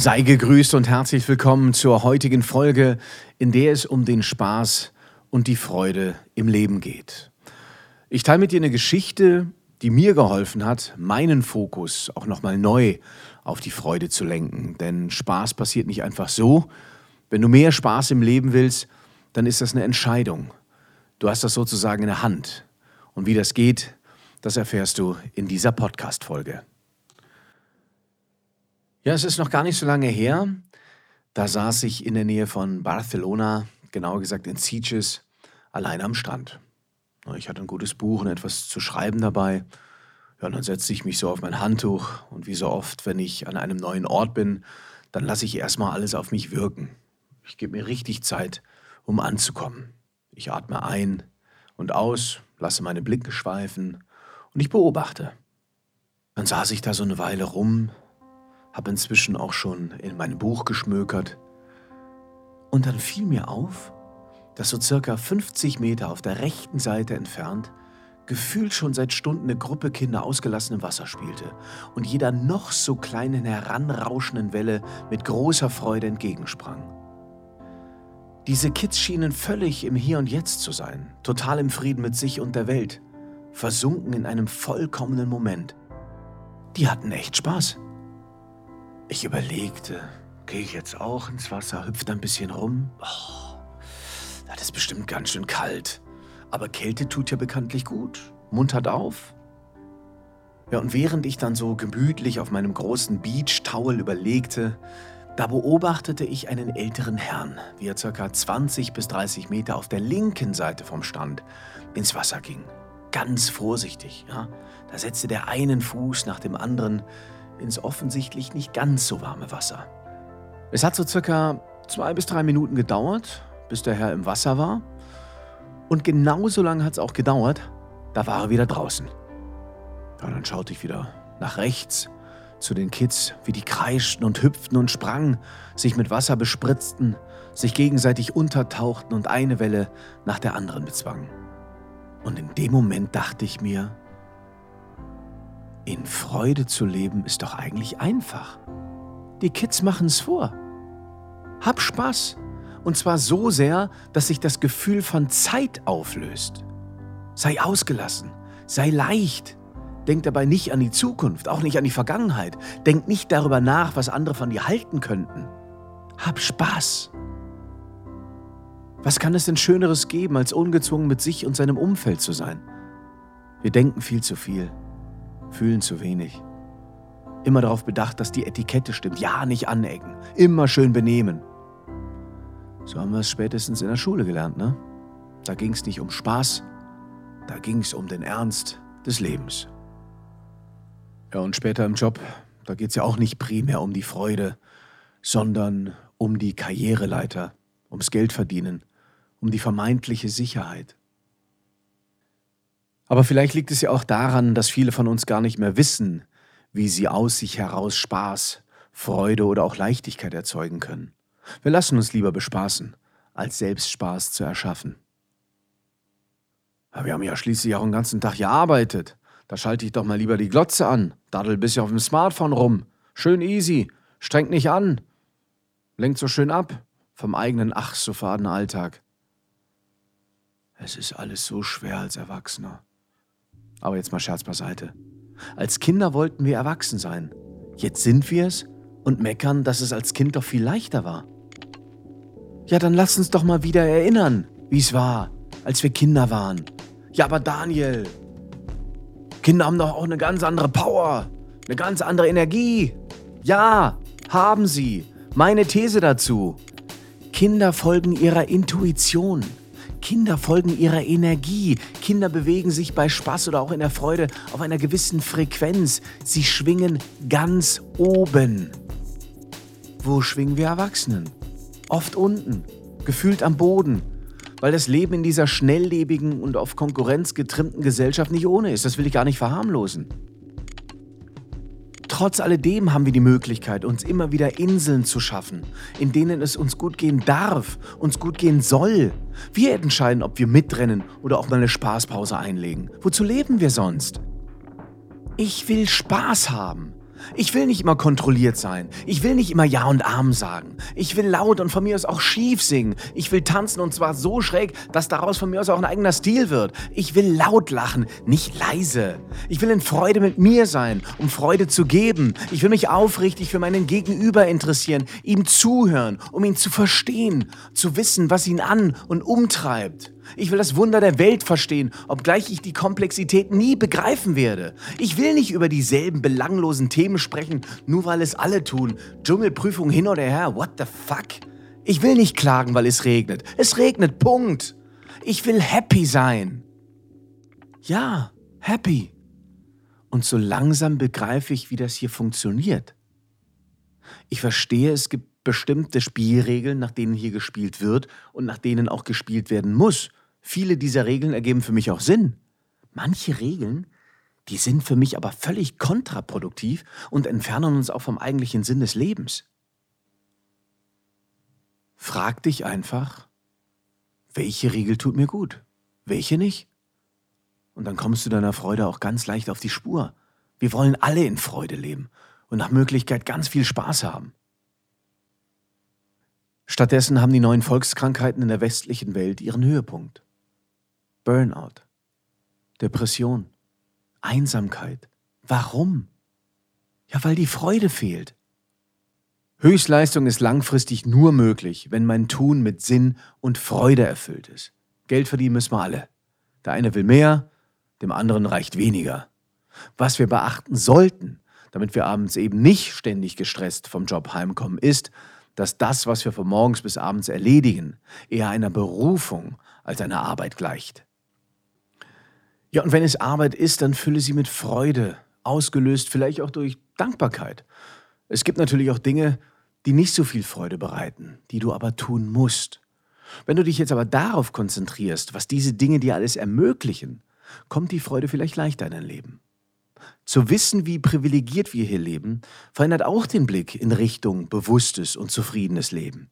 Sei gegrüßt und herzlich willkommen zur heutigen Folge, in der es um den Spaß und die Freude im Leben geht. Ich teile mit dir eine Geschichte, die mir geholfen hat, meinen Fokus auch nochmal neu auf die Freude zu lenken. Denn Spaß passiert nicht einfach so. Wenn du mehr Spaß im Leben willst, dann ist das eine Entscheidung. Du hast das sozusagen in der Hand. Und wie das geht, das erfährst du in dieser Podcast-Folge. Ja, es ist noch gar nicht so lange her. Da saß ich in der Nähe von Barcelona, genauer gesagt in Sitges, allein am Strand. Ich hatte ein gutes Buch und etwas zu schreiben dabei. Ja, und dann setzte ich mich so auf mein Handtuch und wie so oft, wenn ich an einem neuen Ort bin, dann lasse ich erstmal alles auf mich wirken. Ich gebe mir richtig Zeit, um anzukommen. Ich atme ein und aus, lasse meine Blicke schweifen und ich beobachte. Dann saß ich da so eine Weile rum, habe inzwischen auch schon in meinem Buch geschmökert. Und dann fiel mir auf, dass so circa 50 Meter auf der rechten Seite entfernt gefühlt schon seit Stunden eine Gruppe Kinder ausgelassen im Wasser spielte und jeder noch so kleinen heranrauschenden Welle mit großer Freude entgegensprang. Diese Kids schienen völlig im Hier und Jetzt zu sein, total im Frieden mit sich und der Welt, versunken in einem vollkommenen Moment. Die hatten echt Spaß. Ich überlegte, gehe ich jetzt auch ins Wasser, hüpfe ein bisschen rum? Oh, das ist bestimmt ganz schön kalt. Aber Kälte tut ja bekanntlich gut. Muntert auf. Ja, und während ich dann so gemütlich auf meinem großen Beach-Towel überlegte, da beobachtete ich einen älteren Herrn, wie er ca. 20 bis 30 Meter auf der linken Seite vom Strand ins Wasser ging. Ganz vorsichtig, ja. Da setzte der einen Fuß nach dem anderen ins offensichtlich nicht ganz so warme Wasser. Es hat so circa 2 bis 3 Minuten gedauert, bis der Herr im Wasser war. Und genauso lange hat es auch gedauert, da war er wieder draußen. Ja, dann schaute ich wieder nach rechts zu den Kids, wie die kreischten und hüpften und sprangen, sich mit Wasser bespritzten, sich gegenseitig untertauchten und eine Welle nach der anderen bezwangen. Und in dem Moment dachte ich mir, in Freude zu leben ist doch eigentlich einfach. Die Kids machen es vor. Hab Spaß. Und zwar so sehr, dass sich das Gefühl von Zeit auflöst. Sei ausgelassen. Sei leicht. Denk dabei nicht an die Zukunft, auch nicht an die Vergangenheit. Denk nicht darüber nach, was andere von dir halten könnten. Hab Spaß. Was kann es denn Schöneres geben, als ungezwungen mit sich und seinem Umfeld zu sein? Wir denken viel zu viel. Fühlen zu wenig. Immer darauf bedacht, dass die Etikette stimmt. Ja, nicht anecken. Immer schön benehmen. So haben wir es spätestens in der Schule gelernt, ne? Da ging es nicht um Spaß, da ging es um den Ernst des Lebens. Ja, und später im Job, da geht es ja auch nicht primär um die Freude, sondern um die Karriereleiter, ums Geldverdienen, um die vermeintliche Sicherheit. Aber vielleicht liegt es ja auch daran, dass viele von uns gar nicht mehr wissen, wie sie aus sich heraus Spaß, Freude oder auch Leichtigkeit erzeugen können. Wir lassen uns lieber bespaßen, als selbst Spaß zu erschaffen. Ja, wir haben ja schließlich auch den ganzen Tag gearbeitet. Da schalte ich doch mal lieber die Glotze an, daddel ein bisschen auf dem Smartphone rum. Schön easy, strengt nicht an. Lenkt so schön ab vom eigenen ach so faden Alltag. Es ist alles so schwer als Erwachsener. Aber jetzt mal Scherz beiseite. Als Kinder wollten wir erwachsen sein. Jetzt sind wir es und meckern, dass es als Kind doch viel leichter war. Ja, dann lass uns doch mal wieder erinnern, wie es war, als wir Kinder waren. Ja, aber Daniel, Kinder haben doch auch eine ganz andere Power, eine ganz andere Energie. Ja, haben sie. Meine These dazu. Kinder folgen ihrer Intuition. Kinder folgen ihrer Energie. Kinder bewegen sich bei Spaß oder auch in der Freude auf einer gewissen Frequenz. Sie schwingen ganz oben. Wo schwingen wir Erwachsenen? Oft unten, gefühlt am Boden. Weil das Leben in dieser schnelllebigen und auf Konkurrenz getrimmten Gesellschaft nicht ohne ist. Das will ich gar nicht verharmlosen. Trotz alledem haben wir die Möglichkeit, uns immer wieder Inseln zu schaffen, in denen es uns gut gehen darf, uns gut gehen soll. Wir entscheiden, ob wir mitrennen oder auch mal eine Spaßpause einlegen. Wozu leben wir sonst? Ich will Spaß haben. Ich will nicht immer kontrolliert sein. Ich will nicht immer Ja und Amen sagen. Ich will laut und von mir aus auch schief singen. Ich will tanzen und zwar so schräg, dass daraus von mir aus auch ein eigener Stil wird. Ich will laut lachen, nicht leise. Ich will in Freude mit mir sein, um Freude zu geben. Ich will mich aufrichtig für meinen Gegenüber interessieren, ihm zuhören, um ihn zu verstehen, zu wissen, was ihn an- und umtreibt. Ich will das Wunder der Welt verstehen, obgleich ich die Komplexität nie begreifen werde. Ich will nicht über dieselben belanglosen Themen sprechen, nur weil es alle tun. Dschungelprüfung hin oder her, what the fuck? Ich will nicht klagen, weil es regnet. Es regnet, Punkt. Ich will happy sein. Ja, happy. Und so langsam begreife ich, wie das hier funktioniert. Ich verstehe, es gibt bestimmte Spielregeln, nach denen hier gespielt wird und nach denen auch gespielt werden muss. Viele dieser Regeln ergeben für mich auch Sinn. Manche Regeln, die sind für mich aber völlig kontraproduktiv und entfernen uns auch vom eigentlichen Sinn des Lebens. Frag dich einfach, welche Regel tut mir gut, welche nicht? Und dann kommst du deiner Freude auch ganz leicht auf die Spur. Wir wollen alle in Freude leben und nach Möglichkeit ganz viel Spaß haben. Stattdessen haben die neuen Volkskrankheiten in der westlichen Welt ihren Höhepunkt. Burnout, Depression, Einsamkeit. Warum? Ja, weil die Freude fehlt. Höchstleistung ist langfristig nur möglich, wenn mein Tun mit Sinn und Freude erfüllt ist. Geld verdienen müssen wir alle. Der eine will mehr, dem anderen reicht weniger. Was wir beachten sollten, damit wir abends eben nicht ständig gestresst vom Job heimkommen, ist, dass das, was wir von morgens bis abends erledigen, eher einer Berufung als einer Arbeit gleicht. Ja, und wenn es Arbeit ist, dann fülle sie mit Freude, ausgelöst vielleicht auch durch Dankbarkeit. Es gibt natürlich auch Dinge, die nicht so viel Freude bereiten, die du aber tun musst. Wenn du dich jetzt aber darauf konzentrierst, was diese Dinge dir alles ermöglichen, kommt die Freude vielleicht leichter in dein Leben. Zu wissen, wie privilegiert wir hier leben, verändert auch den Blick in Richtung bewusstes und zufriedenes Leben.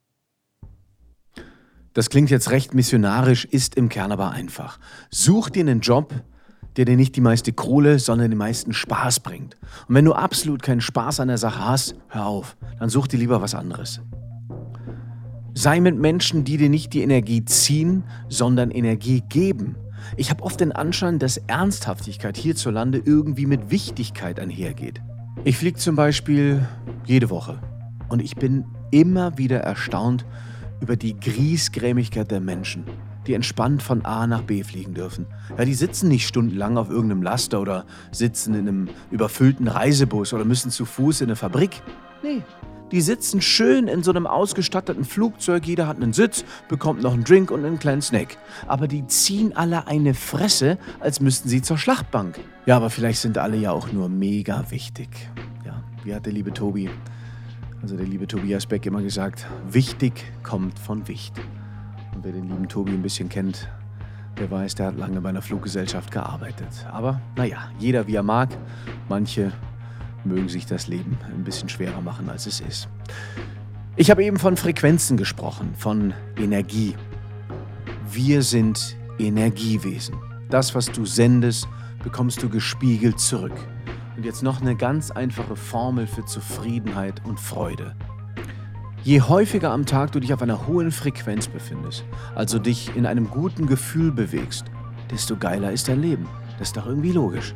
Das klingt jetzt recht missionarisch, ist im Kern aber einfach. Such dir einen Job, der dir nicht die meiste Kohle, sondern den meisten Spaß bringt. Und wenn du absolut keinen Spaß an der Sache hast, hör auf, dann such dir lieber was anderes. Sei mit Menschen, die dir nicht die Energie ziehen, sondern Energie geben. Ich habe oft den Anschein, dass Ernsthaftigkeit hierzulande irgendwie mit Wichtigkeit einhergeht. Ich fliege zum Beispiel jede Woche und ich bin immer wieder erstaunt über die Griesgrämigkeit der Menschen, die entspannt von A nach B fliegen dürfen. Ja, die sitzen nicht stundenlang auf irgendeinem Laster oder sitzen in einem überfüllten Reisebus oder müssen zu Fuß in eine Fabrik. Nee, die sitzen schön in so einem ausgestatteten Flugzeug, jeder hat einen Sitz, bekommt noch einen Drink und einen kleinen Snack. Aber die ziehen alle eine Fresse, als müssten sie zur Schlachtbank. Ja, aber vielleicht sind alle ja auch nur mega wichtig. Ja, wie hat der liebe Tobias Beck immer gesagt, wichtig kommt von Wicht. Und wer den lieben Tobi ein bisschen kennt, der weiß, der hat lange bei einer Fluggesellschaft gearbeitet. Aber naja, jeder wie er mag, manche mögen sich das Leben ein bisschen schwerer machen, als es ist. Ich habe eben von Frequenzen gesprochen, von Energie. Wir sind Energiewesen. Das, was du sendest, bekommst du gespiegelt zurück. Und jetzt noch eine ganz einfache Formel für Zufriedenheit und Freude. Je häufiger am Tag du dich auf einer hohen Frequenz befindest, also dich in einem guten Gefühl bewegst, desto geiler ist dein Leben. Das ist doch irgendwie logisch.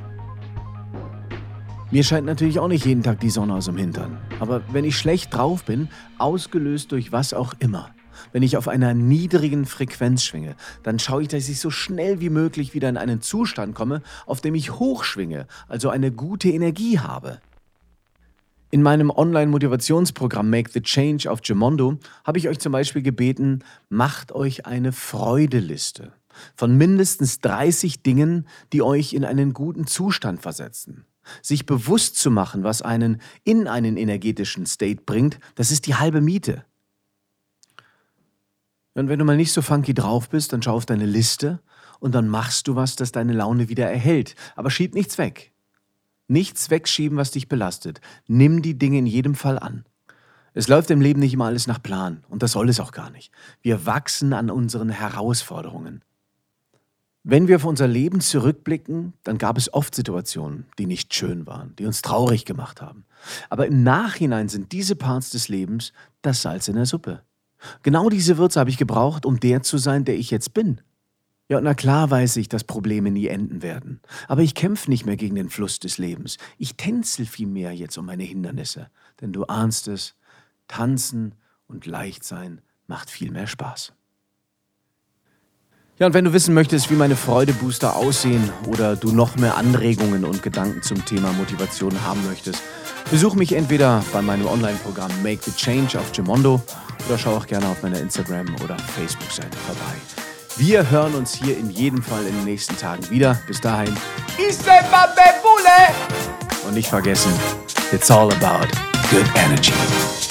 Mir scheint natürlich auch nicht jeden Tag die Sonne aus dem Hintern. Aber wenn ich schlecht drauf bin, ausgelöst durch was auch immer, wenn ich auf einer niedrigen Frequenz schwinge, dann schaue ich, dass ich so schnell wie möglich wieder in einen Zustand komme, auf dem ich hochschwinge, also eine gute Energie habe. In meinem Online-Motivationsprogramm Make the Change auf Gemondo habe ich euch zum Beispiel gebeten, macht euch eine Freudeliste von mindestens 30 Dingen, die euch in einen guten Zustand versetzen. Sich bewusst zu machen, was einen in einen energetischen State bringt, das ist die halbe Miete. Und wenn du mal nicht so funky drauf bist, dann schau auf deine Liste und dann machst du was, das deine Laune wieder erhält. Aber schieb nichts weg. Nichts wegschieben, was dich belastet. Nimm die Dinge in jedem Fall an. Es läuft im Leben nicht immer alles nach Plan und das soll es auch gar nicht. Wir wachsen an unseren Herausforderungen. Wenn wir auf unser Leben zurückblicken, dann gab es oft Situationen, die nicht schön waren, die uns traurig gemacht haben. Aber im Nachhinein sind diese Parts des Lebens das Salz in der Suppe. Genau diese Würze habe ich gebraucht, um der zu sein, der ich jetzt bin. Ja, na klar weiß ich, dass Probleme nie enden werden. Aber ich kämpfe nicht mehr gegen den Fluss des Lebens. Ich tänzel vielmehr jetzt um meine Hindernisse. Denn du ahnst es, tanzen und leicht sein macht viel mehr Spaß. Ja, und wenn du wissen möchtest, wie meine Freudebooster aussehen oder du noch mehr Anregungen und Gedanken zum Thema Motivation haben möchtest, besuch mich entweder bei meinem Online-Programm Make the Change auf Gemondo oder schau auch gerne auf meiner Instagram- oder Facebook-Seite vorbei. Wir hören uns hier in jedem Fall in den nächsten Tagen wieder. Bis dahin. Und nicht vergessen, it's all about good energy.